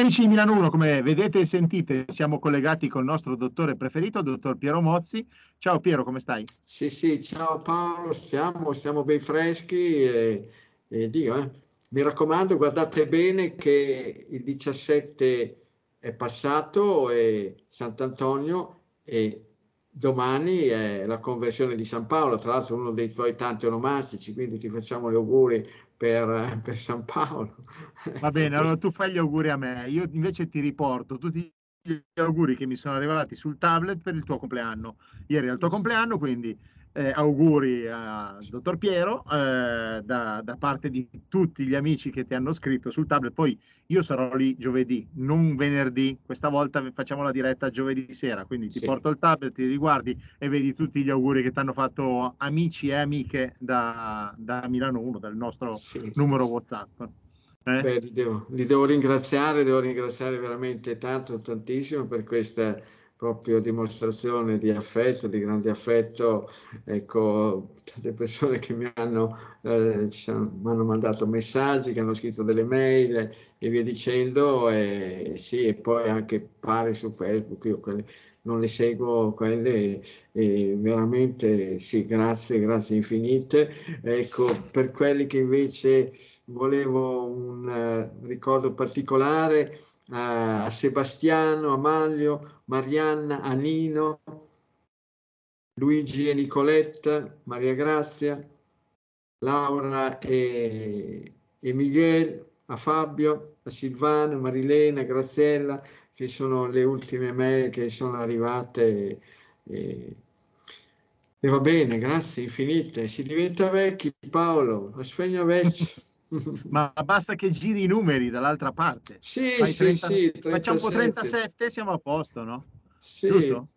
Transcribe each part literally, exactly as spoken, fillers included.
amici di Milano uno, come vedete e sentite, siamo collegati col nostro dottore preferito, il dottor Piero Mozzi. Ciao Piero, come stai? Sì, sì, ciao Paolo, stiamo, stiamo ben freschi e, e Dio, eh. Mi raccomando, guardate bene che il diciassette è passato e Sant'Antonio e domani è la conversione di San Paolo, tra l'altro uno dei tuoi tanti onomastici, quindi ti facciamo gli auguri per, per San Paolo. Va Ecco, bene, allora per- tu fai gli auguri a me, io invece ti riporto tutti gli auguri che mi sono arrivati sul tablet per il tuo compleanno. Ieri è il tuo compleanno, quindi eh, auguri al dottor Piero eh, da, da parte di tutti gli amici che ti hanno scritto sul tablet. Poi io sarò lì giovedì, non venerdì, questa volta facciamo la diretta giovedì sera, quindi ti sì, porto il tablet, ti riguardi e vedi tutti gli auguri che ti hanno fatto amici e amiche da, da Milano uno, dal nostro sì, sì, numero sì. WhatsApp. Eh? Beh, li devo, li devo ringraziare, devo ringraziare veramente tanto, tantissimo per questa proprio dimostrazione di affetto, di grande affetto. Ecco, tante persone che mi hanno, eh, ci sono- mi hanno mandato messaggi, che hanno scritto delle mail e via dicendo. E sì, e poi anche pare su Facebook, io quelle, non le seguo, quelle, e veramente sì, grazie, grazie infinite. Ecco, per quelli che invece volevo un eh, ricordo particolare eh, a Sebastiano, a Maglio, Marianna, a Nino, Luigi e Nicoletta, Maria Grazia, Laura e, e Miguel, a Fabio, a Silvana, Marilena, Graziella, che sono le ultime mail che sono arrivate. E, e va bene, grazie infinite. Si diventa vecchi, Paolo, a Sfegno vecchio. Ma basta che giri i numeri dall'altra parte. Sì, Fai sì, trenta, sì, facciamo trentasette. trentasette, siamo a posto, no? Sì, Giusto?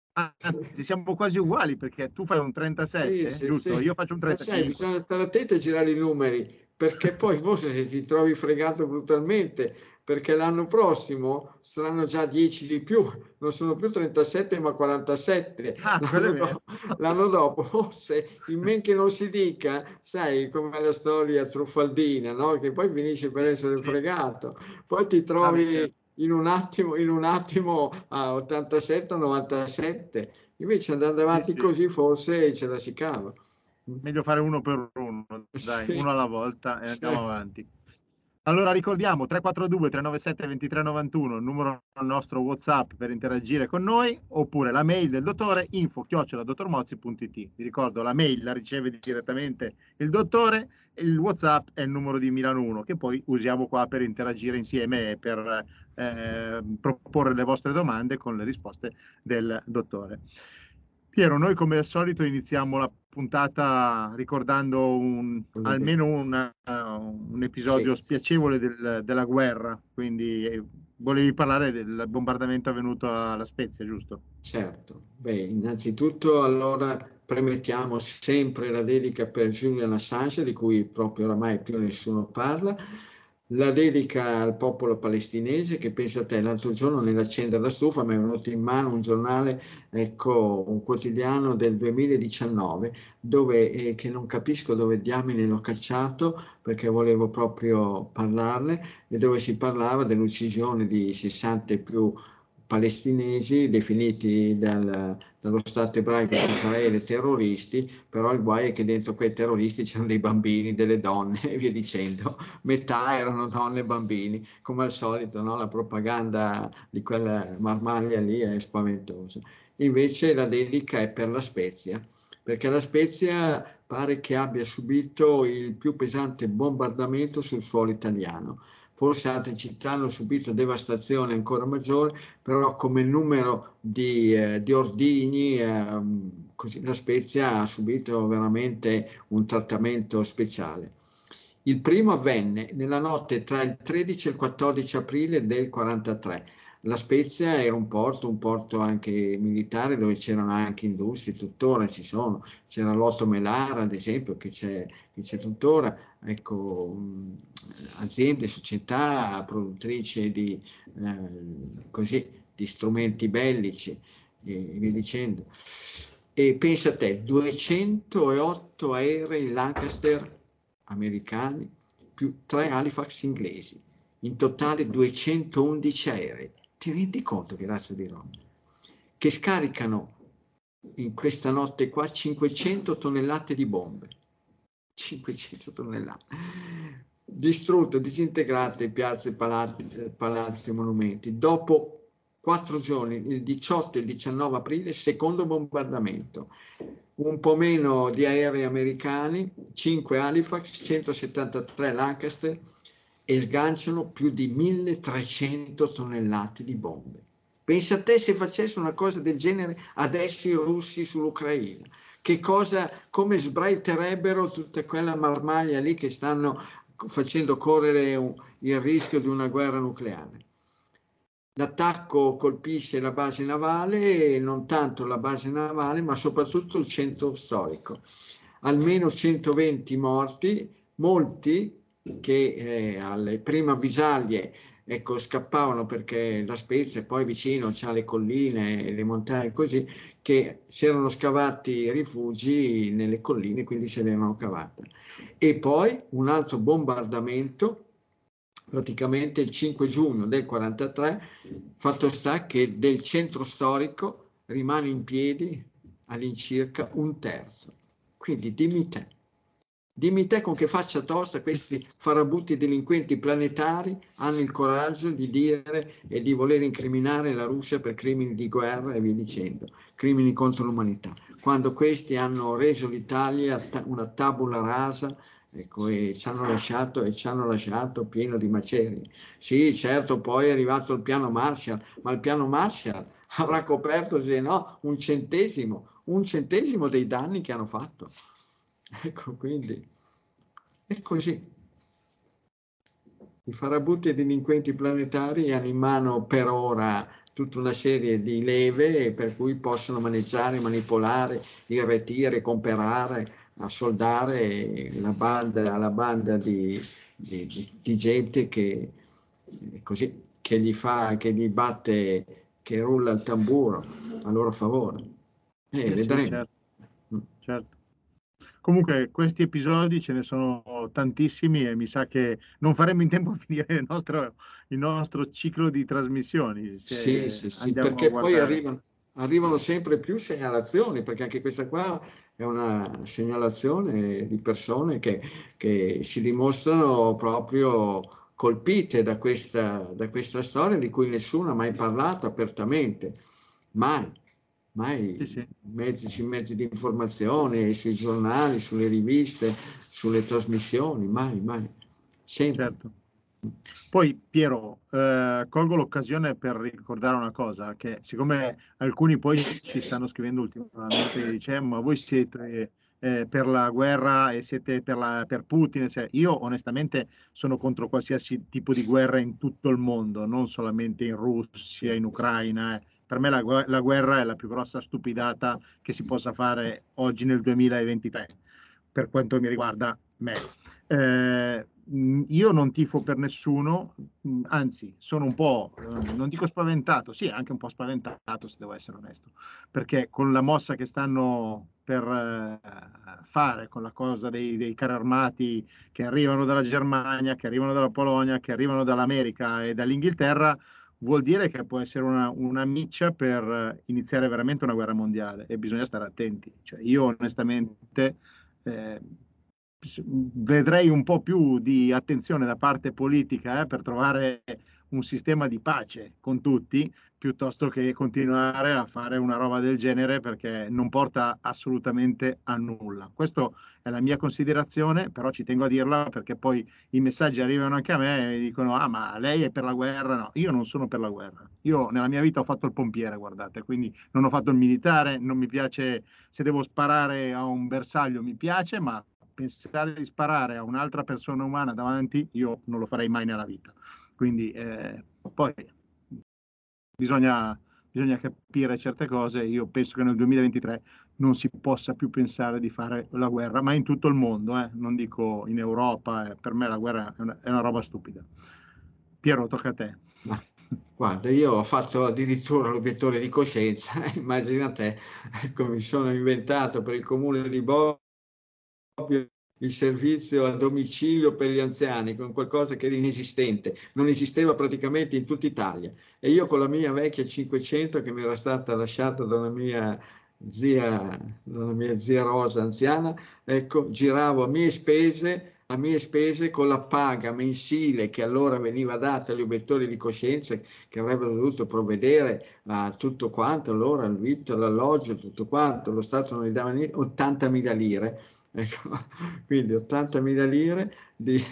Anzi, siamo quasi uguali perché tu fai un sì, trentasette, sì, giusto? Io sì. faccio un Ma sai, trentacinque. bisogna stare attenti a girare i numeri, perché poi forse se ti trovi fregato brutalmente, perché l'anno prossimo saranno già dieci di più, non sono più trentasette ma quarantasette. Ah, quello è L'anno vero. do- l'anno dopo, forse, in men che non si dica, sai, come la storia truffaldina, no? Che poi finisce per essere Sì. fregato. Poi ti Ah, beh, certo. trovi in un attimo, in un attimo a ottantasette o novantasette. Invece andando Sì, avanti sì. così forse ce la si cava. Meglio fare uno per uno, dai, Sì, uno alla volta e andiamo cioè, avanti. Allora ricordiamo tre quattro due tre nove sette due tre nove uno, il numero nostro WhatsApp per interagire con noi, oppure la mail del dottore info chiocciola dottormozzi punto it. Vi ricordo, la mail la riceve direttamente il dottore e il WhatsApp è il numero di Milano uno, che poi usiamo qua per interagire insieme e per eh, proporre le vostre domande con le risposte del dottore. Piero, noi come al solito iniziamo la puntata ricordando un, voglio dire, almeno un, uh, un sì, episodio sì, sì. spiacevole del- della guerra, quindi eh, volevi parlare del bombardamento avvenuto alla Spezia, giusto? Certo, beh, innanzitutto allora premettiamo sempre la dedica per Julian Assange, di cui proprio oramai più nessuno parla, la dedica al popolo palestinese che pensa a te, l'altro giorno nell'accendere la stufa mi è venuto in mano un giornale, ecco, un quotidiano del duemiladiciannove, dove, eh, che non capisco dove diamine l'ho cacciato perché volevo proprio parlarne, e dove si parlava dell'uccisione di sessanta e più palestinesi definiti dal- dallo Stato ebraico di Israele terroristi, però il guai è che dentro quei terroristi c'erano dei bambini, delle donne e via dicendo. Metà erano donne e bambini, come al solito, no? La propaganda di quella marmaglia lì è spaventosa. Invece la dedica è per La Spezia, perché La Spezia pare che abbia subito il più pesante bombardamento sul suolo italiano. Forse altre città hanno subito devastazione ancora maggiore, però come numero di, eh, di ordigni, ehm, così, La Spezia ha subito veramente un trattamento speciale. Il primo avvenne nella notte tra il tredici e il quattordici aprile del quarantatré. La Spezia era un porto, un porto anche militare dove c'erano anche industrie, tuttora ci sono. C'era l'Otto Melara, ad esempio, che c'è, che c'è tuttora, ecco, mh, aziende, società produttrici di, eh, così, di strumenti bellici e via dicendo. E pensa a te, duecentootto aerei Lancaster americani più tre Halifax inglesi. in totale duecentoundici aerei. Ti rendi conto che razza di roba? Che scaricano in questa notte qua cinquecento tonnellate di bombe. cinquecento tonnellate. Distrutto, disintegrate piazze, palazzi, palazzi, monumenti. Dopo quattro giorni, il diciotto e il diciannove aprile, secondo bombardamento. Un po' meno di aerei americani, cinque Halifax, centosettantatré Lancaster, e sganciano più di milletrecento tonnellate di bombe. Pensa a te se facesse una cosa del genere adesso i russi sull'Ucraina. Che cosa, come sbraiterebbero tutta quella marmaglia lì che stanno facendo correre un, il rischio di una guerra nucleare. L'attacco colpisce la base navale, e non tanto la base navale, ma soprattutto il centro storico. Almeno centoventi morti, molti che eh, alle prime avvisaglie ecco, scappavano perché La Spezia poi vicino c'ha le colline e le montagne così, che si erano scavati rifugi nelle colline, quindi se ne erano cavate. E poi un altro bombardamento praticamente il cinque giugno del quarantatré, fatto sta che del centro storico rimane in piedi all'incirca un terzo. Quindi dimmi te, dimmi te con che faccia tosta questi farabutti delinquenti planetari hanno il coraggio di dire e di voler incriminare la Russia per crimini di guerra e via dicendo, crimini contro l'umanità, quando questi hanno reso l'Italia una tabula rasa. Ecco, e ci hanno lasciato e ci hanno lasciato pieno di macerie. Sì, certo, poi è arrivato il piano Marshall, ma il piano Marshall avrà coperto, se no, un centesimo, un centesimo dei danni che hanno fatto. Ecco, quindi è così. I farabutti e delinquenti planetari hanno in mano per ora tutta una serie di leve per cui possono maneggiare, manipolare, irretire, comprare, assoldare la banda, la banda di, di, di, di gente che, così, che gli fa, che gli batte, che rulla il tamburo a loro favore. E Eh sì, vedremo. certo, certo. Comunque questi episodi ce ne sono tantissimi e mi sa che non faremo in tempo a finire il nostro, il nostro ciclo di trasmissioni Sì, se sì, sì, andiamo a perché poi guardare. arrivano, arrivano sempre più segnalazioni, perché anche questa qua è una segnalazione di persone che, che si dimostrano proprio colpite da questa, da questa storia di cui nessuno ha mai parlato apertamente, mai, mai Sì, sì, mezzi, sui mezzi di informazione, sui giornali, sulle riviste, sulle trasmissioni, mai, mai, sempre. certo. Poi Piero, eh, colgo l'occasione per ricordare una cosa, che siccome alcuni poi ci stanno scrivendo ultimamente, dice, "Eh, ma voi siete eh, per la guerra e siete per, la- per Putin", cioè, io onestamente sono contro qualsiasi tipo di guerra in tutto il mondo, non solamente in Russia, in Ucraina. eh. Per me la, gu- la guerra è la più grossa stupidata che si possa fare oggi nel duemilaventitré, per quanto mi riguarda me. Eh, mh, io non tifo per nessuno, mh, anzi, sono un po', eh, non dico spaventato, sì, anche un po' spaventato, se devo essere onesto, perché con la mossa che stanno per eh, fare, con la cosa dei, dei carri armati che arrivano dalla Germania, che arrivano dalla Polonia, che arrivano dall'America e dall'Inghilterra, vuol dire che può essere una, una miccia per eh, iniziare veramente una guerra mondiale e bisogna stare attenti. Cioè, io onestamente eh, vedrei un po' più di attenzione da parte politica eh, per trovare un sistema di pace con tutti, piuttosto che continuare a fare una roba del genere perché non porta assolutamente a nulla. Questa è la mia considerazione, però ci tengo a dirla perché poi i messaggi arrivano anche a me e mi dicono: ah, ma lei è per la guerra? No, io non sono per la guerra. Io nella mia vita ho fatto il pompiere, guardate, quindi non ho fatto il militare, non mi piace, se devo sparare a un bersaglio mi piace, ma pensare di sparare a un'altra persona umana davanti, io non lo farei mai nella vita. Quindi eh, poi bisogna, bisogna capire certe cose. Io penso che nel duemilaventitré non si possa più pensare di fare la guerra, ma in tutto il mondo, eh, non dico in Europa. Eh, per me la guerra è una, è una roba stupida. Piero, tocca a te. Ma guarda, io ho fatto addirittura l'obiettore di coscienza, immagina te, ecco, mi sono inventato per il comune di Bobbio il servizio a domicilio per gli anziani, con qualcosa che era inesistente, non esisteva praticamente in tutta Italia. E io con la mia vecchia cinquecento che mi era stata lasciata da una mia zia, da una mia zia Rosa anziana, ecco, giravo a mie spese, a mie spese con la paga mensile che allora veniva data agli obiettori di coscienza che avrebbero dovuto provvedere a tutto quanto, allora il vitto, l'alloggio, tutto quanto, lo Stato non gli dava niente, ottantamila lire. Ecco, quindi ottantamila lire di,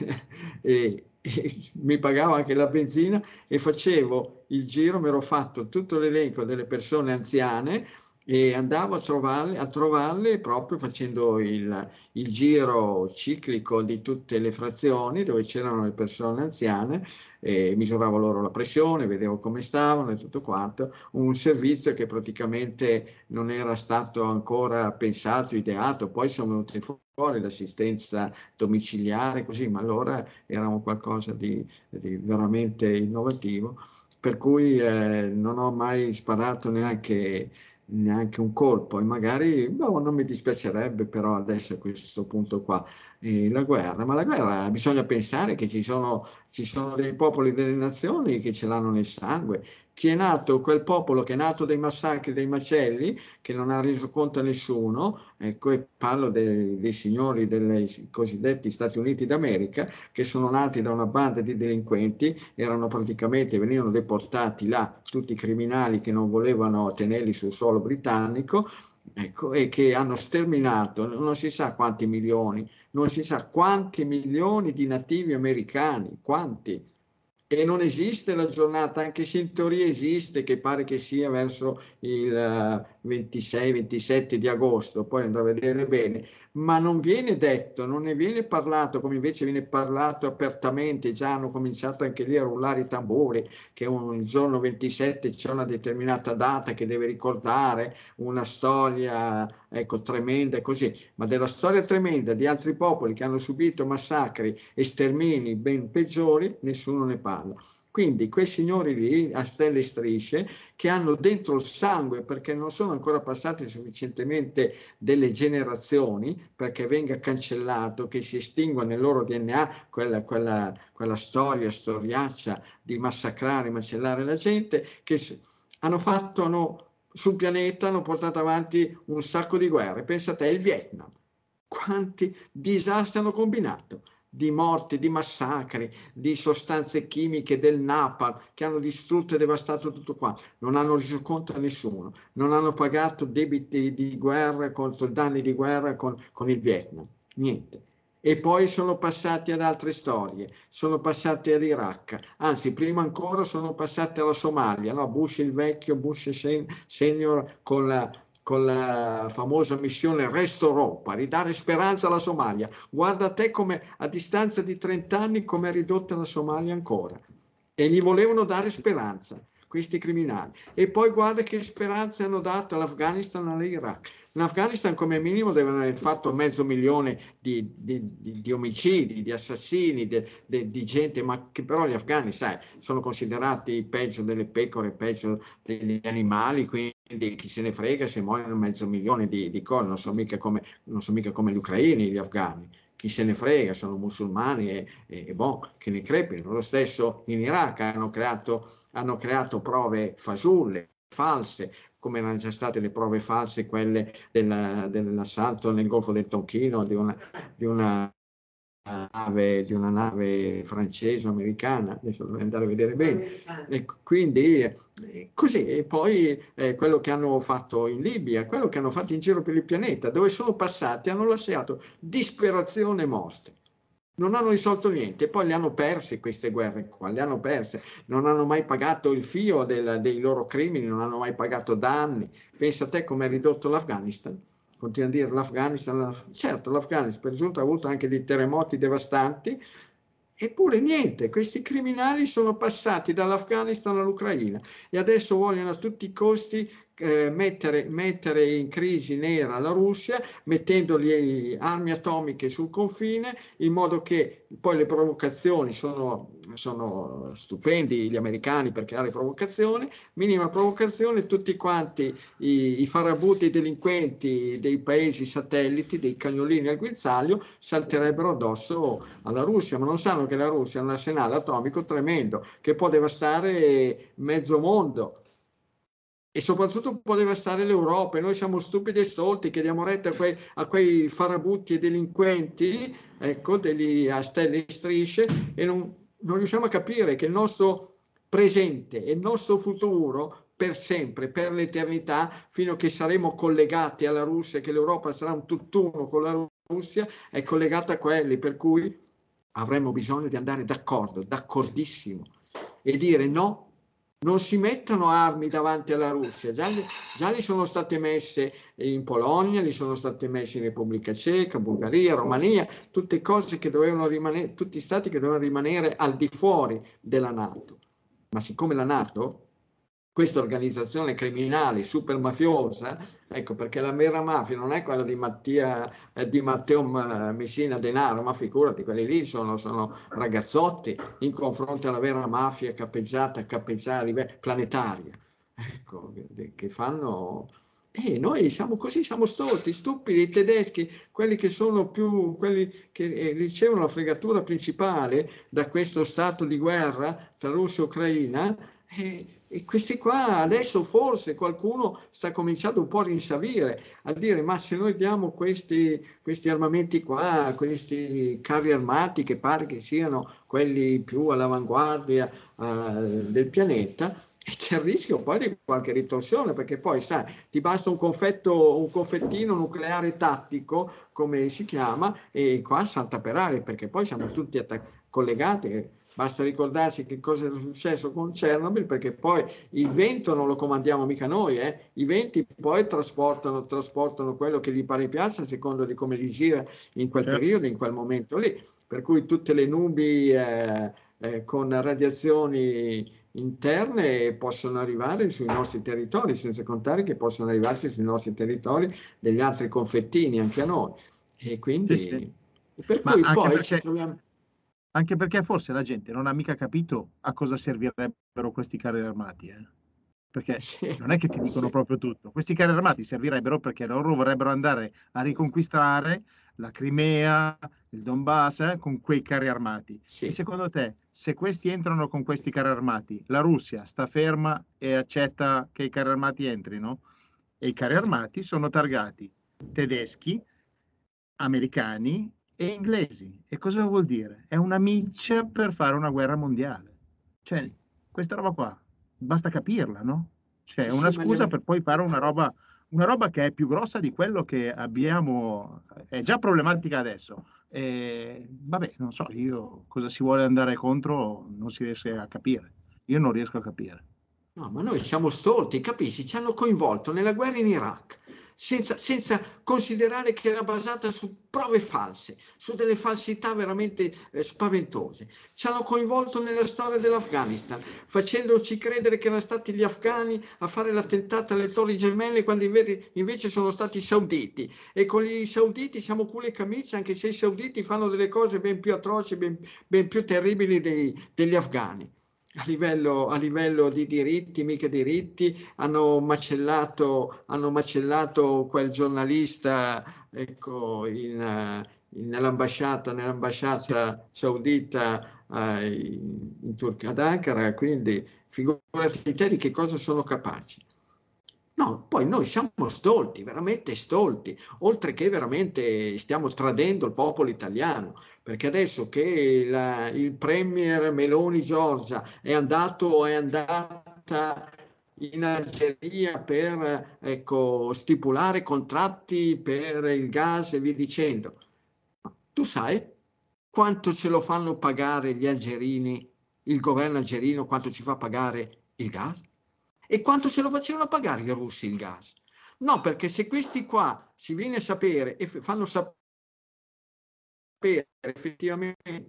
e, e mi pagavo anche la benzina e facevo il giro, mi ero fatto tutto l'elenco delle persone anziane e andavo a trovarle, a trovarle proprio facendo il, il giro ciclico di tutte le frazioni dove c'erano le persone anziane e misuravo loro la pressione, vedevo come stavano e tutto quanto, un servizio che praticamente non era stato ancora pensato, ideato, poi sono venute fuori l'assistenza domiciliare, così, ma allora era un qualcosa di, di veramente innovativo, per cui eh, non ho mai sparato neanche neanche un colpo e magari boh, non mi dispiacerebbe però adesso a questo punto qua eh, la guerra, ma la guerra bisogna pensare che ci sono, ci sono dei popoli, delle nazioni che ce l'hanno nel sangue. Chi è nato, quel popolo che è nato dai massacri, dei macelli, che non ha reso conto a nessuno, ecco, e parlo dei, dei signori dei cosiddetti Stati Uniti d'America, che sono nati da una banda di delinquenti, erano praticamente, venivano deportati là tutti i criminali che non volevano tenerli sul suolo britannico, ecco, e che hanno sterminato non si sa quanti milioni, non si sa quanti milioni di nativi americani, quanti. E non esiste la giornata, anche se in teoria esiste, che pare che sia verso il ventisei ventisette di agosto, poi andrò a vedere bene, ma non viene detto, non ne viene parlato, come invece viene parlato apertamente, già hanno cominciato anche lì a rullare i tamburi, che un, il giorno ventisette c'è una determinata data che deve ricordare una storia, ecco, tremenda e così, ma della storia tremenda di altri popoli che hanno subito massacri e stermini ben peggiori, nessuno ne parla. Quindi quei signori lì a stelle e strisce che hanno dentro il sangue, perché non sono ancora passate sufficientemente delle generazioni perché venga cancellato, che si estingua nel loro D N A quella, quella, quella storia, storiaccia di massacrare, macellare la gente, che hanno fatto, hanno, sul pianeta hanno portato avanti un sacco di guerre. Pensa a te, il Vietnam, quanti disastri hanno combinato, di morti, di massacri, di sostanze chimiche, del napalm, che hanno distrutto e devastato tutto qua. Non hanno reso conto a nessuno, non hanno pagato debiti di guerra, contro danni di guerra con, con il Vietnam, niente. E poi sono passati ad altre storie, sono passati all'Iraq, anzi prima ancora sono passati alla Somalia, no? Bush il vecchio, Bush senior con la con la famosa missione Resto Europa, ridare speranza alla Somalia. Guarda te come a distanza di trenta anni come è ridotta la Somalia ancora. E gli volevano dare speranza, questi criminali. E poi guarda che speranze hanno dato all'Afghanistan e all'Iraq. In Afghanistan come minimo devono aver fatto mezzo milione di, di, di, di omicidi, di assassini, di, di, di gente, ma che però gli afghani, sai, sono considerati peggio delle pecore, peggio degli animali, quindi chi se ne frega se muoiono mezzo milione di, di cose, non sono mica come, non sono mica come gli ucraini, gli afghani. Chi se ne frega, sono musulmani e, e, e boh, che ne crepino. Lo stesso in Iraq hanno creato, hanno creato prove fasulle, false, come erano già state le prove false, quelle del, dell'assalto nel Golfo del Tonchino di una, di una nave, di una nave francese o americana, adesso dovrei andare a vedere bene. E quindi eh, così, e poi eh, quello che hanno fatto in Libia, quello che hanno fatto in giro per il pianeta, dove sono passati, hanno lasciato disperazione e morte. Non hanno risolto niente, poi le hanno perse queste guerre qua, le hanno perse, non hanno mai pagato il fio del, dei loro crimini, non hanno mai pagato danni. Pensa a te come è ridotto l'Afghanistan. Continua a dire l'Afghanistan, certo l'Afghanistan per giunta ha avuto anche dei terremoti devastanti, eppure niente, questi criminali sono passati dall'Afghanistan all'Ucraina e adesso vogliono a tutti i costi eh, mettere, mettere in crisi nera la Russia, mettendogli armi atomiche sul confine, in modo che poi le provocazioni sono, sono stupendi gli americani per creare provocazioni, minima provocazione, tutti quanti i, i farabutti i delinquenti dei paesi satelliti, dei cagnolini al guinzaglio, salterebbero addosso alla Russia, ma non sanno che la Russia ha un arsenale atomico tremendo che può devastare mezzo mondo e soprattutto può devastare l'Europa, e noi siamo stupidi e stolti che diamo retta a quei, a quei farabutti e delinquenti, ecco, degli a stelle e strisce, e non, non riusciamo a capire che il nostro presente e il nostro futuro per sempre, per l'eternità, fino a che saremo collegati alla Russia, che l'Europa sarà un tutt'uno con la Russia, è collegata a quelli, per cui avremo bisogno di andare d'accordo, d'accordissimo, e dire no, non si mettono armi davanti alla Russia, già, già li sono state messe in Polonia, li sono state messe in Repubblica Ceca, Bulgaria, Romania, tutte cose che dovevano rimanere, tutti stati che dovevano rimanere al di fuori della NATO. Ma siccome la NATO, questa organizzazione criminale super mafiosa, ecco, perché la vera mafia non è quella di, Mattia, eh, di Matteo Messina Denaro, ma figurati, quelli lì sono, sono ragazzotti in confronto alla vera mafia cappeggiata, cappeggiata a livello planetario, ecco, che, che fanno... E eh, noi siamo così, siamo stolti, stupidi, i tedeschi, quelli che sono più, quelli che eh, ricevono la fregatura principale da questo stato di guerra tra Russia e Ucraina, eh, e questi qua adesso forse qualcuno sta cominciando un po' a rinsavire, a dire ma se noi diamo questi, questi armamenti qua, questi carri armati che pare che siano quelli più all'avanguardia eh, del pianeta, e c'è il rischio poi di qualche ritorsione, perché poi sai, ti basta un confetto, un confettino nucleare tattico, come si chiama, e qua salta per aria, perché poi siamo tutti collegati. Basta ricordarsi che cosa è successo con Chernobyl, perché poi il vento non lo comandiamo mica noi, eh? I venti poi trasportano, trasportano quello che gli pare piace a seconda di come gli gira in quel certo. periodo, in quel momento lì. Per cui tutte le nubi eh, eh, con radiazioni interne possono arrivare sui nostri territori, senza contare che possono arrivarci sui nostri territori degli altri confettini anche a noi. E quindi, sì, sì. Per Ma cui anche poi perché... ci troviamo... Anche perché forse la gente non ha mica capito a cosa servirebbero questi carri armati, eh? Perché sì, non è che ti dicono sì. proprio tutto. Questi carri armati servirebbero perché loro vorrebbero andare a riconquistare la Crimea, il Donbass, eh, con quei carri armati. Sì. E secondo te, se questi entrano con questi carri armati, la Russia sta ferma e accetta che i carri armati entrino? E i carri armati sono targati tedeschi, americani e inglesi. E cosa vuol dire? È una miccia per fare una guerra mondiale. Cioè, Sì. questa roba qua, basta capirla, no? Cioè, è Sì, una sì, ma scusa gli... per poi fare una roba, una roba che è più grossa di quello che abbiamo, è già problematica adesso. E, vabbè, non so, io cosa si vuole andare contro non si riesce a capire. Io non riesco a capire. No, ma noi siamo stolti, capisci? Ci hanno coinvolto nella guerra in Iraq, senza, senza considerare che era basata su prove false, su delle falsità veramente eh, spaventose. Ci hanno coinvolto nella storia dell'Afghanistan, facendoci credere che erano stati gli afghani a fare l'attentato alle Torri Gemelle, quando invece sono stati i sauditi. E con i sauditi siamo culo e camicia, anche se i sauditi fanno delle cose ben più atroci, ben, ben più terribili dei, degli afghani. A livello, a livello di diritti, mica diritti, hanno macellato, hanno macellato quel giornalista, ecco, in, in, nell'ambasciata, nell'ambasciata saudita eh, in, in Turchia, ad Ankara, quindi figurati te di che cosa sono capaci. No, poi noi siamo stolti, veramente stolti, oltre che veramente stiamo tradendo il popolo italiano, perché adesso che la, il premier Meloni Giorgia è andato, è andata in Algeria per ecco, stipulare contratti per il gas e via dicendo, tu sai quanto ce lo fanno pagare gli algerini, il governo algerino, quanto ci fa pagare il gas? E quanto ce lo facevano pagare i russi il gas? No, perché se questi qua si viene a sapere e fanno sapere effettivamente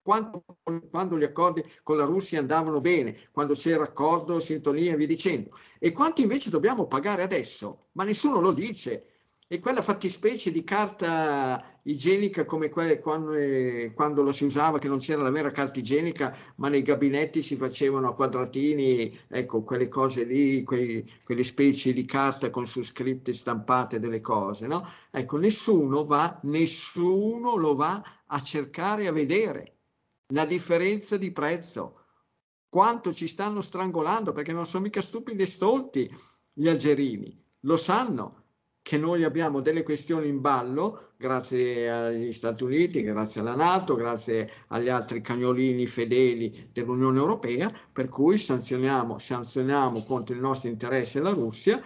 quando, quando gli accordi con la Russia andavano bene, quando c'era accordo, sintonia e via dicendo, e quanto invece dobbiamo pagare adesso, ma nessuno lo dice. E quella fattispecie di carta igienica come quelle quando, eh, quando lo si usava, che non c'era la vera carta igienica, ma nei gabinetti si facevano a quadratini, ecco, quelle cose lì, quei, quelle specie di carta con su scritte stampate delle cose, no? Ecco, nessuno va, nessuno lo va a cercare a vedere la differenza di prezzo, quanto ci stanno strangolando, perché non sono mica stupidi e stolti gli algerini, lo sanno che noi abbiamo delle questioni in ballo grazie agli Stati Uniti, grazie alla NATO, grazie agli altri cagnolini fedeli dell'Unione Europea, per cui sanzioniamo, sanzioniamo contro il nostro interesse la Russia,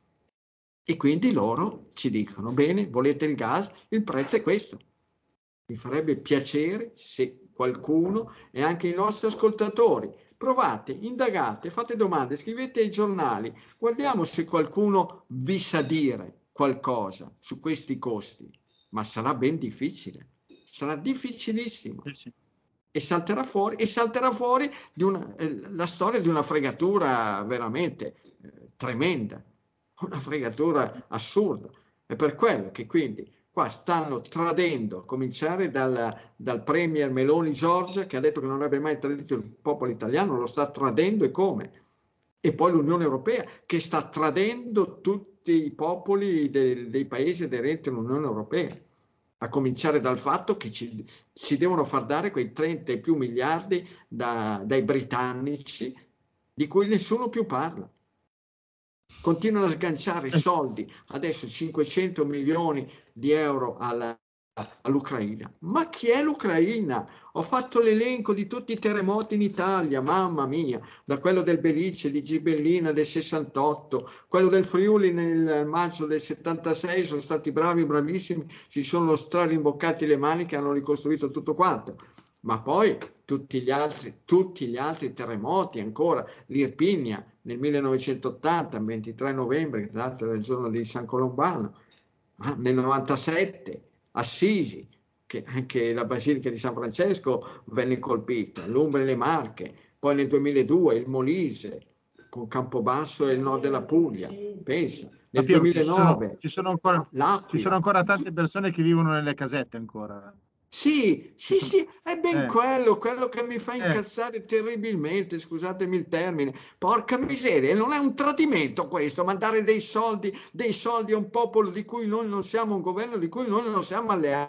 e quindi loro ci dicono: bene, volete il gas, il prezzo è questo. Mi farebbe piacere se qualcuno, e anche i nostri ascoltatori, provate, indagate, fate domande, scrivete ai giornali, guardiamo se qualcuno vi sa dire qualcosa su questi costi, ma sarà ben difficile, sarà difficilissimo. Sì, sì. E salterà fuori, e salterà fuori di una, eh, la storia di una fregatura veramente eh, tremenda, una fregatura assurda. È per quello che quindi qua stanno tradendo, a cominciare dal, dal premier Meloni Giorgia, che ha detto che non avrebbe mai tradito il popolo italiano, lo sta tradendo, e come? E poi l'Unione Europea, che sta tradendo tutti i popoli de, dei paesi aderenti all'Unione Europea, a cominciare dal fatto che ci, ci devono far dare quei trenta e più miliardi da, dai britannici, di cui nessuno più parla. Continuano a sganciare soldi, adesso cinquecento milioni di euro alla, all'Ucraina. Ma chi è l'Ucraina? Ho fatto l'elenco di tutti i terremoti in Italia, mamma mia, da quello del Belice, di Gibellina del sessantotto, quello del Friuli nel maggio del settantasei, sono stati bravi, bravissimi, si sono strarimboccati le maniche e hanno ricostruito tutto quanto. Ma poi tutti gli altri, tutti gli altri terremoti ancora, l'Irpinia nel millenovecentottanta, il ventitré novembre, che tra l'altro era il giorno di San Colombano, ah, nel novantasette, Assisi, che anche la Basilica di San Francesco venne colpita, l'Umbria e le Marche, poi nel duemiladue il Molise, con Campobasso e il nord della Puglia, pensa, nel Piero, ci sono, duemilanove ci sono ancora, ci sono l'Aquila. ancora tante persone che vivono nelle casette ancora. Sì, Ci sì, sono, sì, è ben eh, quello, quello che mi fa eh, incazzare terribilmente, scusatemi il termine. Porca miseria, non è un tradimento questo, mandare dei soldi, dei soldi a un popolo di cui noi non siamo, un governo di cui noi non siamo alleati,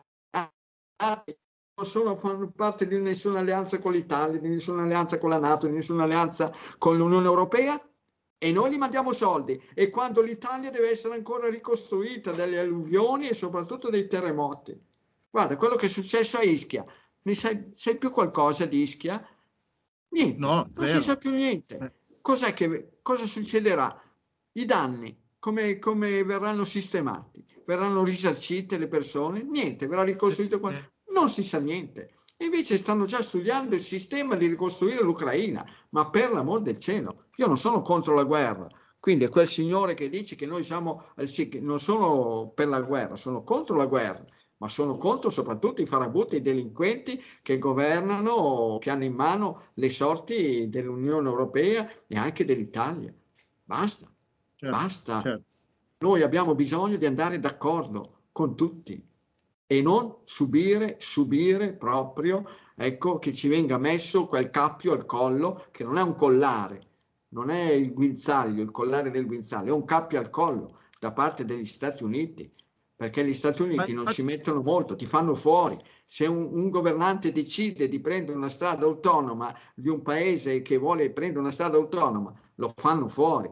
non sono, fanno parte di nessuna alleanza con l'Italia, di nessuna alleanza con la NATO, di nessuna alleanza con l'Unione Europea, e noi gli mandiamo soldi. E quando l'Italia deve essere ancora ricostruita dalle alluvioni e soprattutto dei terremoti. Guarda, quello che è successo a Ischia, ne sai, sai più qualcosa di Ischia? Niente, no, non si sa zero. più Eh, niente. Cos'è che, cosa succederà? I danni, come, come verranno sistemati? Verranno risarcite le persone? Niente, verrà ricostruito qual- eh, non si sa niente. E invece stanno già studiando il sistema di ricostruire l'Ucraina, ma per l'amor del cielo, io non sono contro la guerra. Quindi è quel signore che dice che noi siamo, eh, sì, che non sono per la guerra, sono contro la guerra, ma sono contro soprattutto i farabutti e i delinquenti che governano, che hanno in mano le sorti dell'Unione Europea e anche dell'Italia. Basta, certo, basta. certo. Noi abbiamo bisogno di andare d'accordo con tutti e non subire, subire proprio, ecco, che ci venga messo quel cappio al collo, che non è un collare, non è il guinzaglio, il collare del guinzaglio, è un cappio al collo da parte degli Stati Uniti, perché gli Stati Ma Uniti non ci infatti, mettono molto, ti fanno fuori. Se un, un governante decide di prendere una strada autonoma di un paese che vuole prendere una strada autonoma, lo fanno fuori.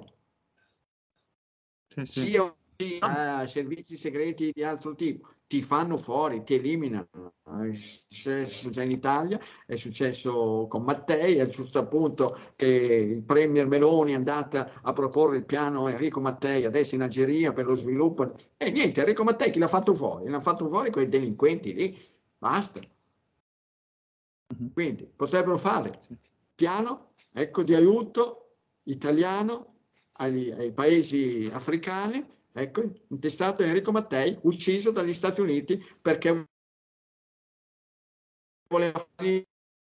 sì, sì. Sia No, a servizi segreti di altro tipo, ti fanno fuori, ti eliminano. È successo già in Italia, è successo con Mattei, a un certo punto che il premier Meloni è andata a proporre il piano Enrico Mattei adesso in Algeria per lo sviluppo, e niente, Enrico Mattei chi l'ha fatto fuori? L'ha fatto fuori quei delinquenti lì, basta. mhm, Quindi potrebbero fare sì. piano, ecco, di aiuto italiano ai, ai paesi africani, ecco, intestato a Enrico Mattei, ucciso dagli Stati Uniti perché voleva fare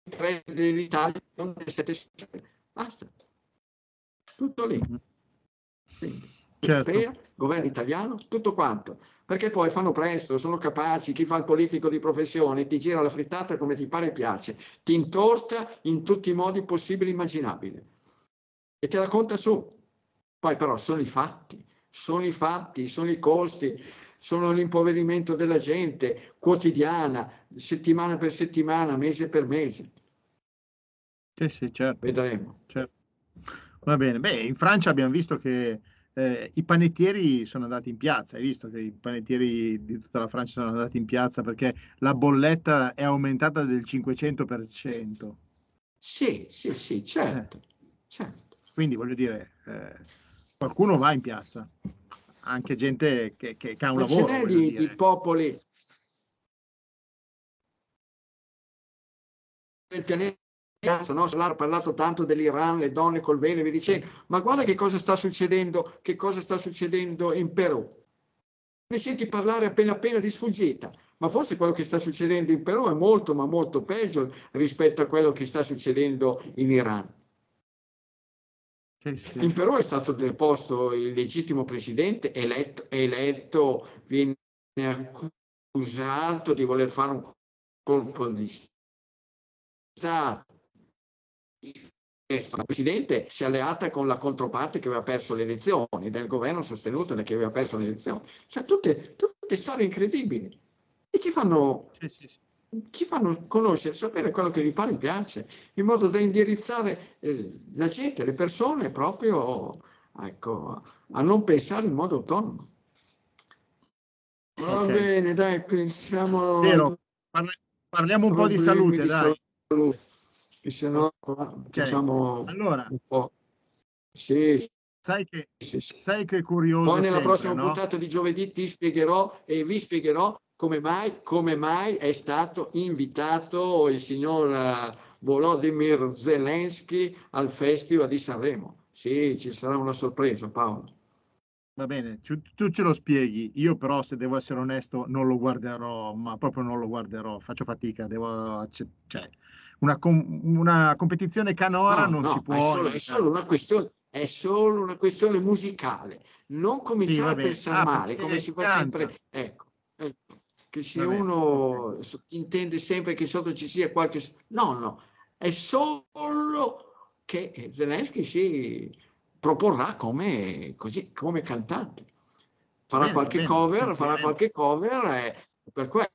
tre dell'Italia, non delle sette sociali. Basta. Tutto lì. Quindi, Certo. europea, governo italiano, tutto quanto. Perché poi fanno presto, sono capaci, chi fa il politico di professione ti gira la frittata come ti pare e piace, ti intorta in tutti i modi possibili e immaginabili e te la conta su. Poi però sono i fatti, sono i fatti, sono i costi, sono l'impoverimento della gente quotidiana, settimana per settimana, mese per mese. Sì, sì, certo. Vedremo. Certo. Va bene. Beh, in Francia abbiamo visto che eh, i panettieri sono andati in piazza. Hai visto che i panettieri di tutta la Francia sono andati in piazza perché la bolletta è aumentata del cinquecento per cento. Sì, sì, sì, certo, Eh, certo. quindi voglio dire, eh, qualcuno va in piazza, anche gente che, che- che ha un Ma ce lavoro, n'è voglio di, di dire. popoli del pianeta, no? Si è parlato tanto dell'Iran, le donne col velo e via dicendo, ma guarda che cosa sta succedendo, che cosa sta succedendo in Perù. Ne senti parlare appena appena di sfuggita, ma forse quello che sta succedendo in Perù è molto, ma molto peggio rispetto a quello che sta succedendo in Iran. Sì, sì. In Perù è stato deposto il legittimo presidente, eletto, eletto viene accusato di voler fare un colpo di Stato. Il presidente si è alleata con la controparte che aveva perso le elezioni, del governo sostenuto da chi aveva perso le elezioni. Cioè, tutte, tutte storie incredibili e ci fanno, Sì, sì, sì. ci fanno conoscere, sapere quello che gli pare e piace, in modo da indirizzare eh, la gente, le persone proprio ecco, a non pensare in modo autonomo. Va Ok. bene, dai, pensiamo ai Piero, parla- parliamo un po' di problemi salute, di dai. salute, che se no qua Ok. facciamo Allora, un po'. Sì, sai che, sì, sì. sai che è Poi curioso nella sempre, prossima no? puntata di giovedì ti spiegherò e vi spiegherò come mai, come mai è stato invitato il signor eh, Volodymyr Zelensky al Festival di Sanremo. Sì, ci sarà una sorpresa, Paolo. Va bene, tu, tu ce lo spieghi. Io però, se devo essere onesto, non lo guarderò, ma proprio non lo guarderò. Faccio fatica, devo, acce- cioè, una, com- una competizione canora No, non si no, ma è può solo, è solo invitare. una questione, è solo una questione musicale. Non Sì, cominciare va a bene. pensare Ah, male, come perché si fa canta. sempre, ecco, ecco, che se Va bene, ok. uno so- intende sempre che sotto ci sia qualche... No, no, è solo che Zelensky si proporrà come, così, come cantante. Va Farà bene, va qualche bene, lo cover, farà sentiremo. qualche cover e per quello,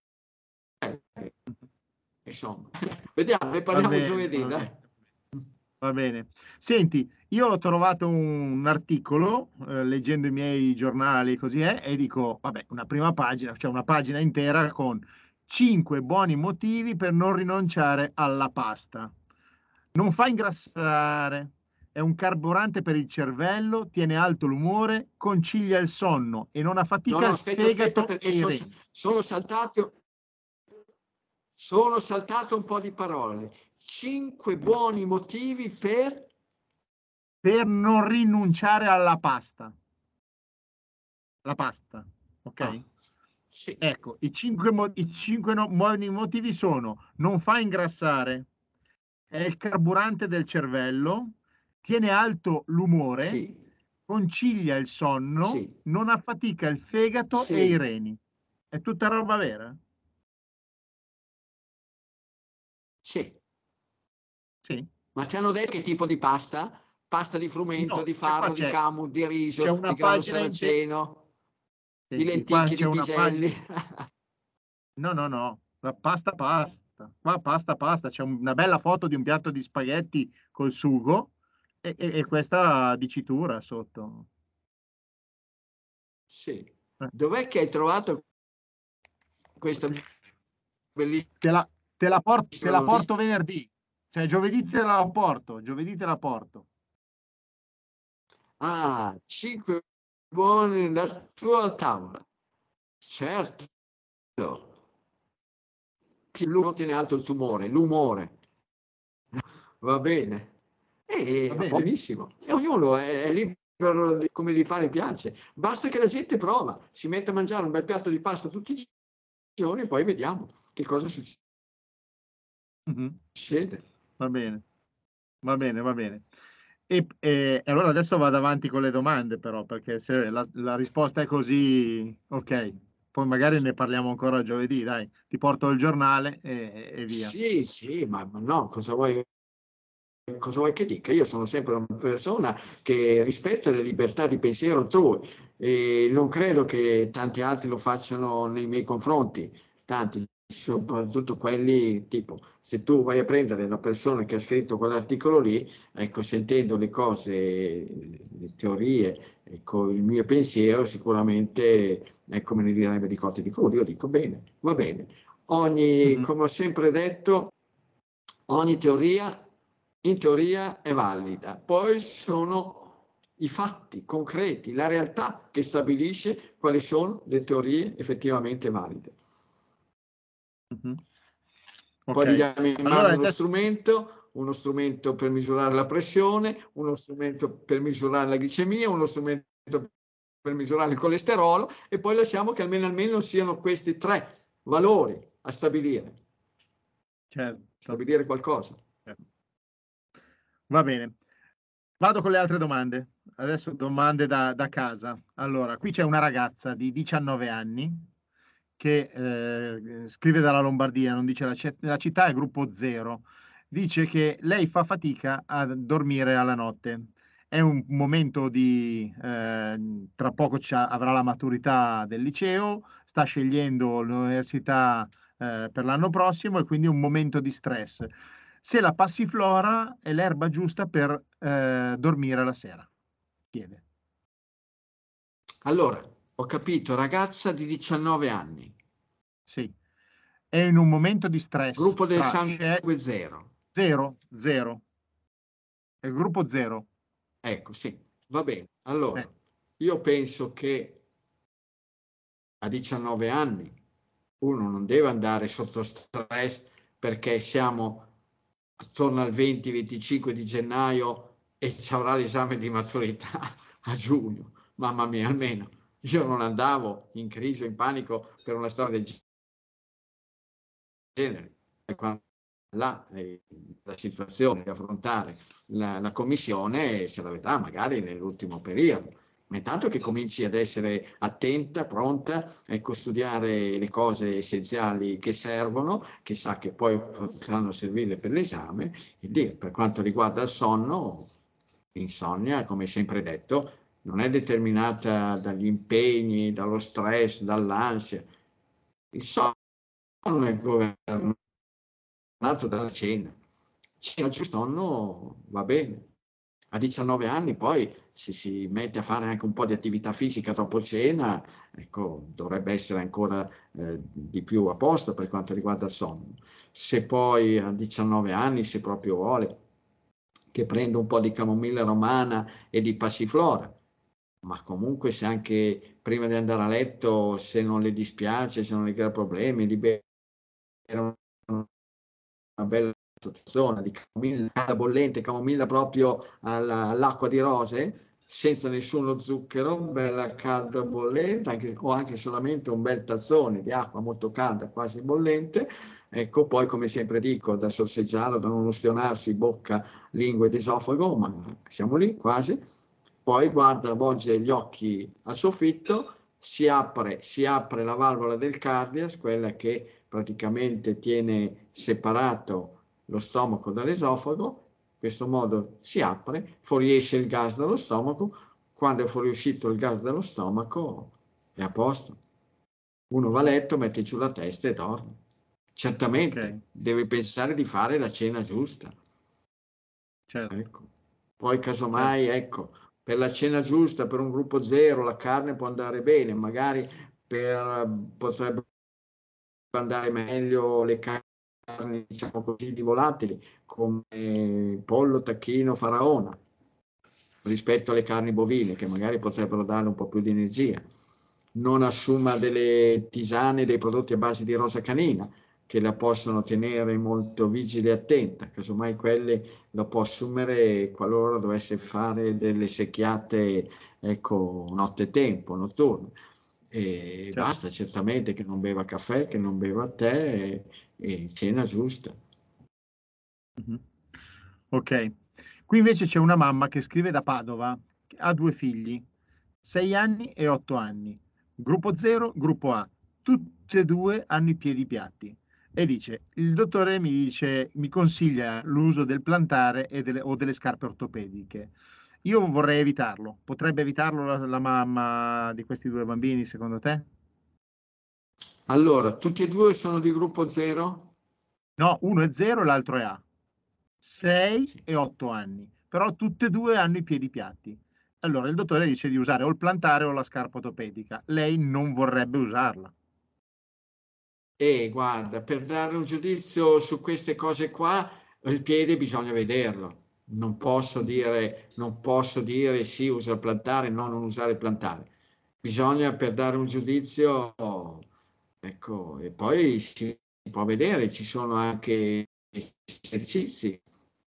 insomma. Vediamo, ne Va parliamo bene, giovedì, va dai. bene. Va bene. Senti, io ho trovato un articolo, eh, leggendo i miei giornali, così è, e dico, vabbè, una prima pagina, cioè una pagina intera con cinque buoni motivi per non rinunciare alla pasta. Non fa ingrassare, è un carburante per il cervello, tiene alto l'umore, concilia il sonno e non No, affatica no, il aspetta, aspetta, fegato perché e i sono, reni. sono saltato, sono saltato un po' di parole. Cinque buoni motivi per... Per non rinunciare alla pasta. La pasta, Ah, ok? sì, Ecco, i cinque, mo- i cinque no- buoni motivi sono: non fa ingrassare, è il carburante del cervello, tiene alto l'umore, sì, concilia il sonno, sì, non affatica il fegato e i sì, reni. È tutta roba vera? sì. Sì? Ma ti hanno detto che tipo di pasta? Pasta di frumento, No, di cioè qua farro, di c'è camu, di c'è riso, di una grano pagina intera. saraceno, di Senti, qua lenticchie, c'è di una pagina. piselli. No, no, no, la pasta pasta. Qua pasta pasta, c'è un- una bella foto di un piatto di spaghetti col sugo e, e- e questa dicitura sotto. Sì. Eh, Dov'è che hai trovato questa bellissima Te la, te la por- te la notizia? porto venerdì, cioè giovedì te la porto, giovedì te la porto. Ah, cinque buoni nella tua tavola. Certo, che l'uno tiene alto il tumore, l'umore, va bene. Va E va bene? benissimo. E ognuno è, è libero di- come gli pare e piace. Basta che la gente prova, si mette a mangiare un bel piatto di pasta tutti i giorni e poi vediamo che cosa succede. Mhm. Succede. Va bene, va bene, va bene. E, e- e allora adesso vado avanti con le domande, però, perché se la, la risposta è così, ok, poi magari ne parliamo ancora giovedì, dai, ti porto il giornale e, e via. Sì, sì, ma, ma no, cosa vuoi, cosa vuoi che dica? Io sono sempre una persona che rispetta le libertà di pensiero altrui e non credo che tanti altri lo facciano nei miei confronti, tanti, soprattutto quelli tipo, se tu vai a prendere la persona che ha scritto quell'articolo lì, ecco, sentendo le cose, le teorie, ecco, il mio pensiero sicuramente, ecco, me ne direbbe di cotte di crudo. Io dico bene, va bene. Ogni, Mhm. come ho sempre detto, ogni teoria in teoria è valida, poi sono i fatti concreti, la realtà che stabilisce quali sono le teorie effettivamente valide. Mhm. Poi gli Ok, diamo in allora mano uno adesso, strumento, uno strumento per misurare la pressione, uno strumento per misurare la glicemia, uno strumento per misurare il colesterolo e poi lasciamo che almeno, almeno siano questi tre valori a stabilire, certo, stabilire qualcosa. certo. Va bene. Vado con le altre domande. Adesso domande da, da casa. Allora, qui c'è una ragazza di diciannove anni che eh, scrive dalla Lombardia, non dice la, ce- la città, è gruppo zero. Dice che lei fa fatica a dormire alla notte. È un momento di, eh, tra poco c'ha- avrà la maturità del liceo, sta scegliendo l'università eh, per l'anno prossimo e quindi è un momento di stress. Se la passiflora è l'erba giusta per eh, dormire la sera, chiede. Allora, ho capito, ragazza di diciannove anni, Sì, è in un momento di stress gruppo del tra sce- sangue zero. zero, zero, è il gruppo zero. Ecco, sì, va bene. Eh, Allora, io penso che a diciannove anni uno non deve andare sotto stress perché siamo attorno al venti venticinque di gennaio e ci avrà l'esame di maturità a giugno. Mamma mia, almeno io non andavo in crisi o in panico per una storia del genere. E quando là, eh, la situazione di affrontare la, la commissione se la vedrà magari nell'ultimo periodo. Ma intanto che cominci ad essere attenta, pronta, ecco, studiare le cose essenziali che servono, che sa che poi potranno servire per l'esame. Quindi, per quanto riguarda il sonno, l'insonnia, come sempre detto, non è determinata dagli impegni, dallo stress, dall'ansia. Il sonno è governato dalla cena. Cena giusto sonno va bene. A diciannove anni poi se si mette a fare anche un po' di attività fisica dopo cena, ecco, dovrebbe essere ancora eh, di più a posto per quanto riguarda il sonno. Se poi a diciannove anni, se proprio vuole, che prenda un po' di camomilla romana e di passiflora, ma comunque se anche prima di andare a letto, se non le dispiace, se non le crea problemi, di bere una bella tazzona di camomilla bollente, camomilla proprio alla- all'acqua di rose, senza nessuno zucchero, bella calda bollente, anche, o anche solamente un bel tazzone di acqua molto calda, quasi bollente. Ecco, poi come sempre dico, da sorseggiare, da non ustionarsi bocca, lingua ed esofago, ma siamo lì quasi. Poi guarda, volge gli occhi al soffitto, si apre, si apre la valvola del cardias, quella che praticamente tiene separato lo stomaco dall'esofago, in questo modo si apre, fuoriesce il gas dallo stomaco, quando è fuoriuscito il gas dallo stomaco è a posto. Uno va a mhm, letto, mette giù la testa e dorme. ok, Certamente deve pensare di fare la cena giusta. certo, Ecco. Poi certo. casomai, ecco, per la cena giusta, per un gruppo zero, la carne può andare bene, magari per, potrebbe andare meglio le carni, diciamo così, di volatili, come pollo, tacchino, faraona, rispetto alle carni bovine, che magari potrebbero dare un po' più di energia. Non assuma delle tisane, dei prodotti a base di rosa canina, che la possono tenere molto vigile e attenta, casomai quelle la può assumere qualora dovesse fare delle secchiate, ecco, nottetempo, notturno. E Certo. basta, certamente che non beva caffè, che non beva tè e, e cena giusta. Mhm. Ok, qui invece c'è una mamma che scrive da Padova, che ha due figli, sei anni e otto anni, gruppo zero, gruppo A, tutti e due hanno i piedi piatti e dice, il dottore mi dice, mi consiglia l'uso del plantare e delle- o delle scarpe ortopediche. Io vorrei evitarlo, potrebbe evitarlo la, la mamma di questi due bambini, secondo te? Allora, tutti e due sono di gruppo zero? No, uno è zero e l'altro è A. sei Sì. e otto anni, però tutte e due hanno i piedi piatti. Allora il dottore dice di usare o il plantare o la scarpa ortopedica. Lei non vorrebbe usarla. E guarda, per dare un giudizio su queste cose qua, il piede bisogna vederlo. Non posso Mhm. dire, non posso dire sì, usa il plantare, no, non usare il plantare. Bisogna per dare un giudizio, ecco, e poi si può vedere, ci sono anche esercizi.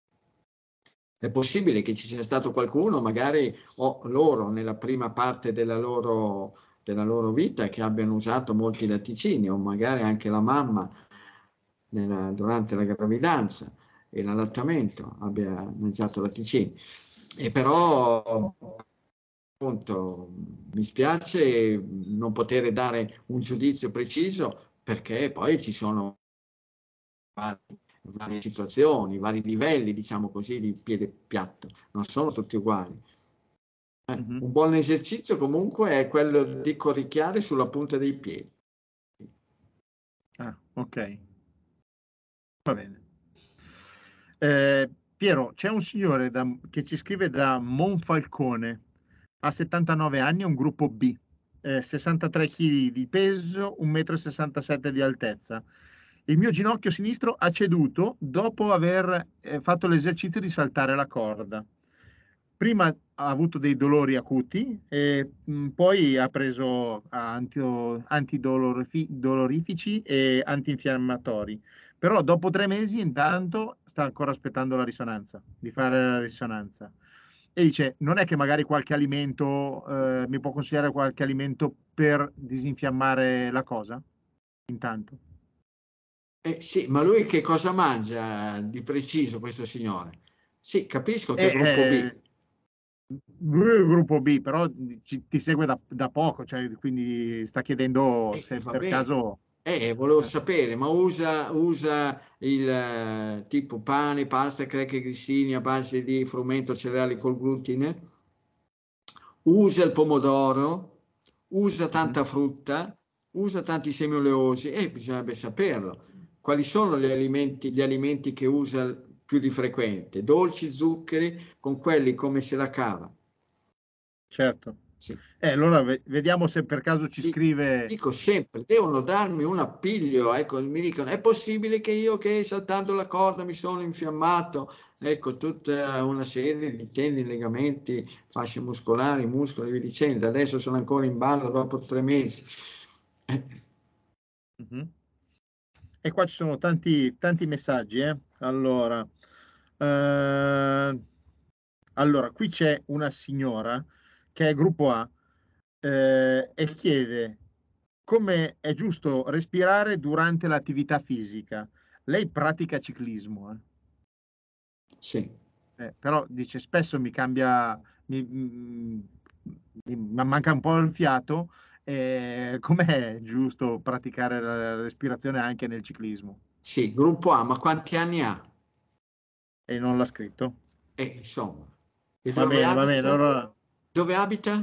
È possibile che ci sia stato qualcuno, magari o loro nella prima parte della loro, della loro vita, che abbiano usato molti latticini, o magari anche la mamma nella- durante la gravidanza e l'allattamento abbia mangiato latticini. E però, appunto, mi spiace non poter dare un giudizio preciso perché poi ci sono vari- varie situazioni, vari livelli, diciamo così, di piede piatto, non sono tutti uguali. Eh, Mhm. un buon esercizio comunque è quello di corricchiare sulla punta dei piedi. Ah, ok, va bene. Eh, Piero, c'è un signore da- che ci scrive da Monfalcone, ha settantanove anni, è un gruppo B, eh, sessantatré chili di peso, uno virgola sessantasette m di altezza. Il mio ginocchio sinistro ha ceduto dopo aver eh, fatto l'esercizio di saltare la corda. Prima ha avuto dei dolori acuti e mh, poi ha preso antio- antidolorifi- dolorifici e antinfiammatori. Però dopo tre mesi intanto sta ancora aspettando la risonanza, di fare la risonanza. E dice, non è che magari qualche alimento, eh, mi può consigliare qualche alimento per disinfiammare la cosa? Intanto. Eh, sì, ma lui che cosa mangia di preciso questo signore? Sì, capisco E, che è gruppo B. eh, lui è il gruppo B, però ci- ti segue da, da poco, cioè, quindi sta chiedendo E se va per bene. caso... Eh, volevo eh, sapere, ma usa, usa il eh, tipo pane, pasta, cracker grissini a base di frumento, cereali col glutine? Usa il pomodoro? Usa mhm. tanta frutta? Usa tanti semi oleosi? E bisognerebbe saperlo. Quali sono gli alimenti, gli alimenti che usa più di frequente? Dolci, zuccheri, con quelli come se la cava? Certo. Sì. Eh, allora ve- vediamo se per caso ci Di- scrive... Dico sempre, devono darmi un appiglio, ecco, mi dicono, è possibile che io che saltando la corda mi sono infiammato, ecco, tutta una serie di tendini, legamenti, fasce muscolari, muscoli, e via dicendo, adesso sono ancora in ballo dopo tre mesi. Eh, Mhm. E qua ci sono tanti, tanti messaggi, eh. Allora, eh, allora, qui c'è una signora che è gruppo A, eh, e chiede come è giusto respirare durante l'attività fisica. Lei pratica ciclismo, eh. sì. Eh, però dice spesso mi cambia, mi, mi- mi manca un po' il fiato. Eh, com'è giusto praticare la respirazione anche nel ciclismo? Sì, gruppo A, ma quanti anni ha? E non l'ha scritto. Eh, insomma, e Va dove bene, va bene. abita? Allora, Dove abita?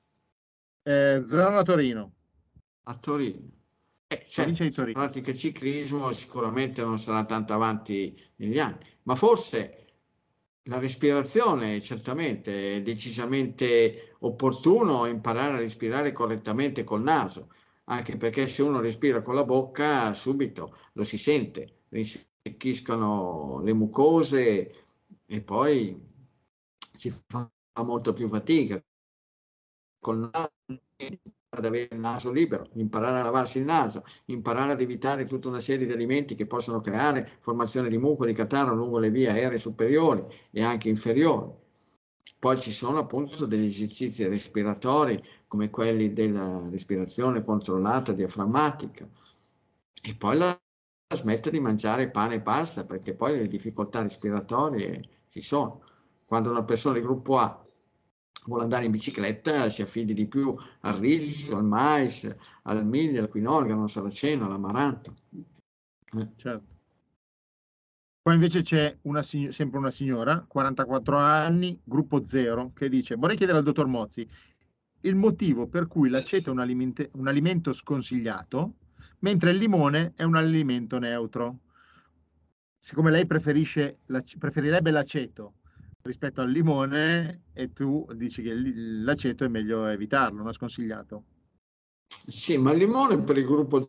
eh, zona Torino, A Torino. Eh, provincia certo, di se Torino. pratica ciclismo sicuramente non sarà tanto avanti negli anni, ma forse la respirazione certamente è decisamente opportuno imparare a respirare correttamente col naso, anche perché se uno respira con la bocca subito lo si sente, risecchiscono le mucose e poi si fa molto più fatica col naso ad avere il naso libero, imparare a lavarsi il naso, imparare ad evitare tutta una serie di alimenti che possono creare formazione di muco, di catarro lungo le vie aeree superiori e anche inferiori. Poi ci sono appunto degli esercizi respiratori come quelli della respirazione controllata diaframmatica e poi la smetta di mangiare pane e pasta, perché poi le difficoltà respiratorie ci sono. Quando una persona di gruppo A vuole andare in bicicletta, si affidi di più al riso, al mais, al miglio, al quinoa, al saraceno, all'amaranto. Eh. Certo. Poi invece c'è una, sig- sempre una signora, quarantaquattro anni, gruppo zero, che dice: vorrei chiedere al dottor Mozzi il motivo per cui l'aceto è un, alimente- un alimento sconsigliato, mentre il limone è un alimento neutro. Siccome lei preferisce l'ac- preferirebbe l'aceto rispetto al limone, e tu dici che l- l'aceto è meglio evitarlo, non è sconsigliato. Sì, ma il limone per il gruppo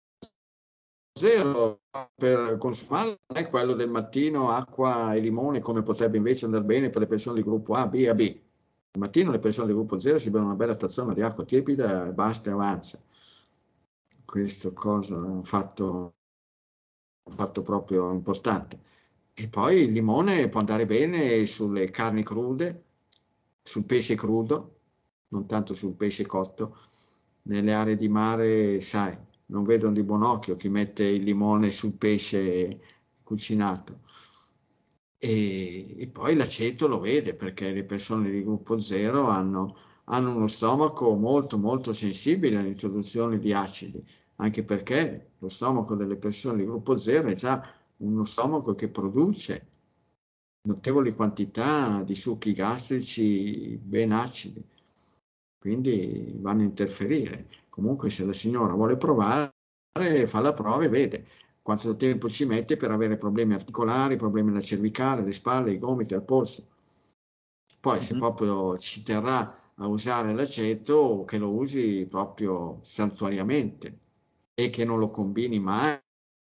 zero per consumarlo non è quello del mattino, acqua e limone, come potrebbe invece andare bene per le persone di gruppo A, B, A B. Al mattino le persone di gruppo zero si bevono una bella tazzona di acqua tiepida e basta e avanza. Questo cosa è un fatto, un fatto proprio importante. E poi il limone può andare bene sulle carni crude, sul pesce crudo, non tanto sul pesce cotto. Nelle aree di mare, sai, non vedono di buon occhio chi mette il limone sul pesce cucinato. E, e poi l'aceto lo vede, perché le persone di gruppo zero hanno, hanno uno stomaco molto molto sensibile all'introduzione di acidi, anche perché lo stomaco delle persone di gruppo zero è già uno stomaco che produce notevoli quantità di succhi gastrici ben acidi, quindi vanno a interferire. Comunque se la signora vuole provare, fa la prova e vede quanto tempo ci mette per avere problemi articolari, problemi alla cervicale, alle spalle, ai gomiti, al polso. Poi se Mhm. proprio ci terrà a usare l'aceto, che lo usi proprio saltuariamente e che non lo combini mai.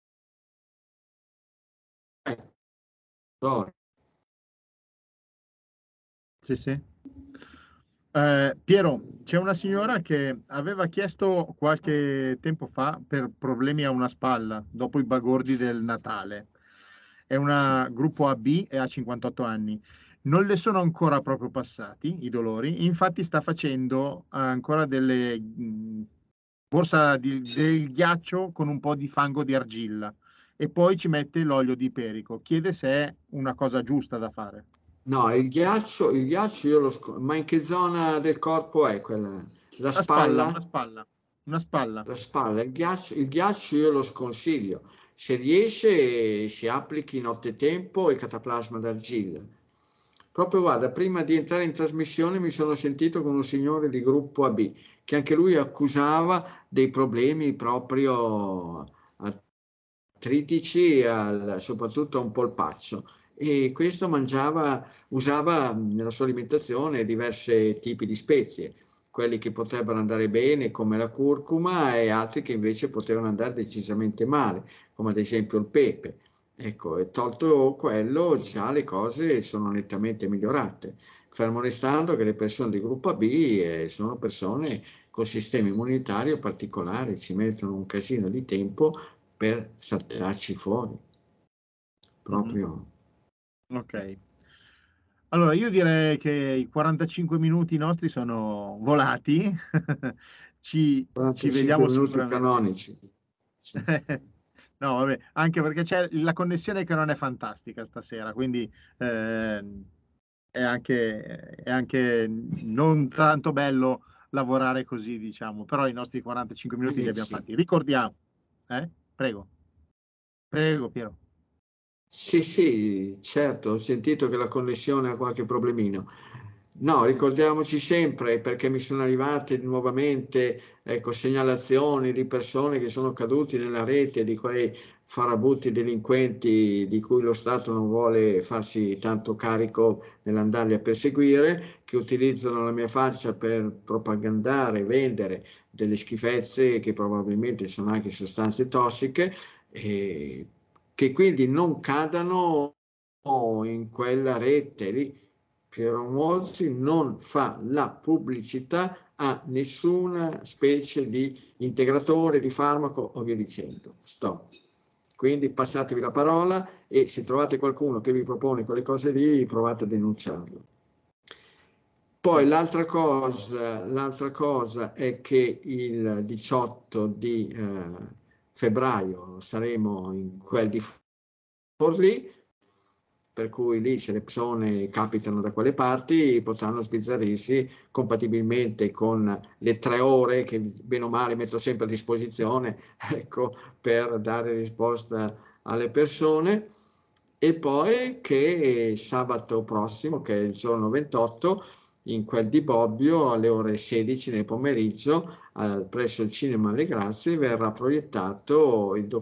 Sì, sì. Eh, Piero, c'è una signora che aveva chiesto qualche tempo fa per problemi a una spalla dopo i bagordi del Natale. È Sì. una gruppo A B e ha cinquantotto anni. Non le sono ancora proprio passati i dolori, infatti sta facendo ancora delle mh, borsa di- del ghiaccio con un po' di fango di argilla e poi ci mette l'olio di iperico. Chiede se è una cosa giusta da fare. No, il ghiaccio, il ghiaccio io lo sc- ma in che zona del corpo è quella? La Una spalla, una spalla? spalla, una spalla. La spalla, il ghiaccio, il ghiaccio io lo sconsiglio. Se riesce si applichi nottetempo il cataplasma d'argilla. Proprio guarda, prima di entrare in trasmissione mi sono sentito con un signore di gruppo A B che anche lui accusava dei problemi proprio artritici, al, soprattutto a un polpaccio. E questo mangiava, usava nella sua alimentazione diversi tipi di spezie, quelli che potrebbero andare bene come la curcuma e altri che invece potevano andare decisamente male, come ad esempio il pepe. Ecco, e tolto quello, già le cose sono nettamente migliorate. Fermo restando che le persone di gruppo A B eh, sono persone col sistema immunitario particolare, ci mettono un casino di tempo per saltarci fuori. Mhm. Proprio. Ok. Allora, io direi che i quarantacinque minuti nostri sono volati. Ci, ci quarantacinque vediamo minuti sicuramente. canonici. Sì. No, vabbè, anche perché c'è la connessione che non è fantastica stasera, quindi ehm, è anche, è anche non tanto bello lavorare così, diciamo, però i nostri quarantacinque minuti li Eh, abbiamo sì. fatti. Ricordiamo, eh? Prego, prego, Piero. Sì, sì, certo, ho sentito che la connessione ha qualche problemino. No, ricordiamoci sempre, perché mi sono arrivate nuovamente, ecco, segnalazioni di persone che sono caduti nella rete di quei farabutti delinquenti di cui lo Stato non vuole farsi tanto carico nell'andarli a perseguire, che utilizzano la mia faccia per propagandare, vendere delle schifezze che probabilmente sono anche sostanze tossiche, e che quindi non cadano in quella rete lì. Piero Molzi non fa la pubblicità a nessuna specie di integratore, di farmaco o via dicendo. Stop. Quindi passatevi la parola e se trovate qualcuno che vi propone quelle cose lì, provate a denunciarlo. Poi Sì. l'altra cosa, l'altra cosa è che il diciotto di eh, febbraio saremo in quel di Forlì, per cui lì se le persone capitano da quelle parti potranno sbizzarrirsi compatibilmente con le tre ore che bene o male metto sempre a disposizione, ecco, per dare risposta alle persone. E poi che sabato prossimo, che è il giorno ventotto, in quel di Bobbio alle ore sedici nel pomeriggio eh, presso il Cinema alle Grazie verrà proiettato il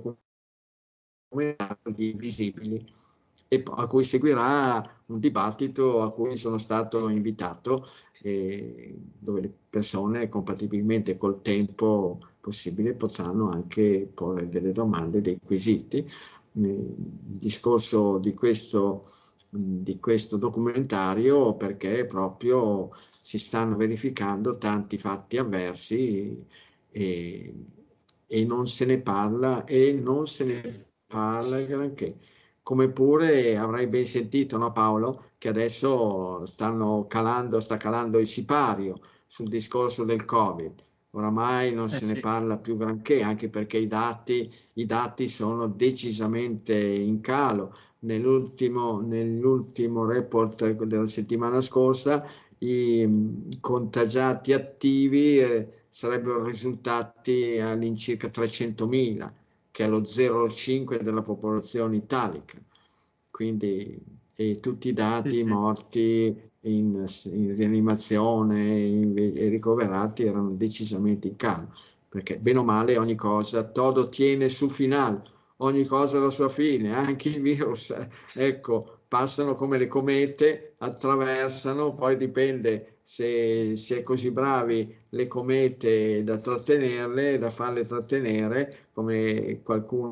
documentario di Visibili, e a cui seguirà un dibattito a cui sono stato invitato, eh, dove le persone compatibilmente col tempo possibile potranno anche porre delle domande, dei quesiti. Il discorso di questo, di questo documentario, perché proprio si stanno verificando tanti fatti avversi e, e non se ne parla e non se ne parla granché. Come pure avrai ben sentito, no Paolo, che adesso stanno calando, sta calando il sipario sul discorso del Covid. Oramai non Eh se ne sì. parla più granché, anche perché i dati, i dati sono decisamente in calo. Nell'ultimo, nell'ultimo report della settimana scorsa i mh, contagiati attivi eh, sarebbero risultati all'incirca trecentomila, che è lo zero virgola cinque della popolazione italica. Quindi e tutti i Sì, dati sì. morti in, in rianimazione in, e ricoverati erano decisamente in calo, perché bene o male ogni cosa, todo tiene su final, ogni cosa ha la sua fine, anche i virus, ecco, passano come le comete, attraversano, poi dipende se si è così bravi le comete da trattenerle, da farle trattenere, come qualcuno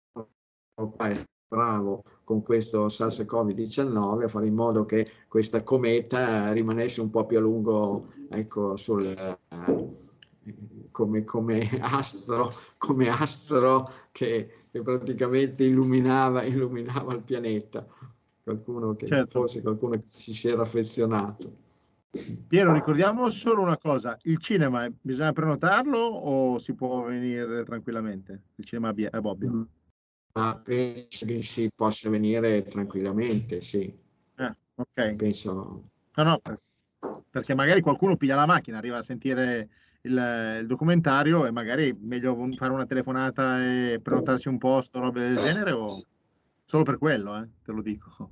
qua è bravo con questo SARS-CoV diciannove a fare in modo che questa cometa rimanesse un po' più a lungo, ecco, sul, eh, come, come astro, come astro che, che praticamente illuminava, illuminava il pianeta. Qualcuno che, Certo. forse qualcuno che ci si era affezionato. Piero, ricordiamo solo una cosa, il cinema bisogna prenotarlo o si può venire tranquillamente? Il cinema a Bie- a Bobbio? Ma penso che si possa venire tranquillamente, sì. Eh, ok. Penso. No, no, per- perché magari qualcuno piglia la macchina, arriva a sentire il, il documentario e magari è meglio un- fare una telefonata e prenotarsi un posto, robe del genere, o solo per quello, eh, te lo dico.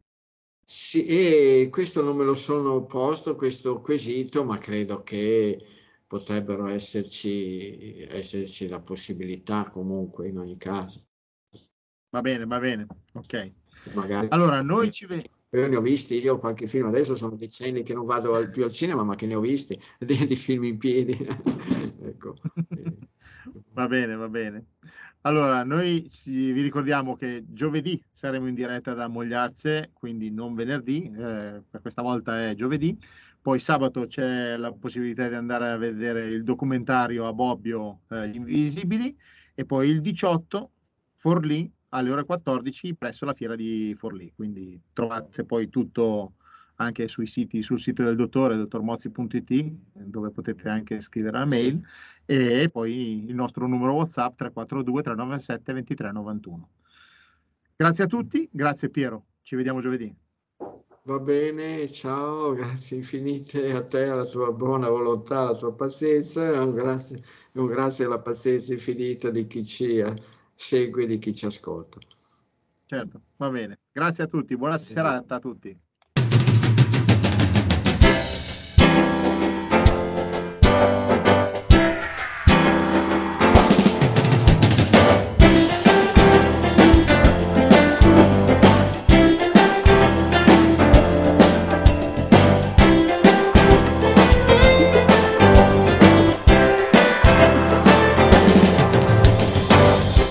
Sì, e questo non me lo sono posto, questo quesito, ma credo che potrebbero esserci, esserci la possibilità comunque in ogni caso. Va bene, va bene, ok. Magari Allora, noi ci vediamo. io ne ho visti, io qualche film, adesso sono decenni che non vado al- più al cinema, ma che ne ho visti, di, di film in piedi. Ecco. Eh, Va bene, va bene. Allora, noi ci- vi ricordiamo che giovedì saremo in diretta da Mogliazze, quindi non venerdì, eh, per questa volta è giovedì. Poi sabato c'è la possibilità di andare a vedere il documentario a Bobbio, eh, Gli Invisibili, e poi il diciotto Forlì alle ore quattordici presso la fiera di Forlì. Quindi trovate poi tutto anche sui siti, sul sito del dottore, dottormozzi punto it, dove potete anche scrivere la sì, mail, e poi il nostro numero WhatsApp tre quattro due tre nove sette due tre nove uno. Grazie a tutti, grazie Piero, ci vediamo giovedì. va bene, ciao, grazie infinite a te, alla tua buona volontà, alla tua pazienza, e un grazie, un grazie alla pazienza infinita di chi ci eh, segue, di chi ci ascolta. Certo, va bene. Grazie a tutti, buona Eh, serata a tutti.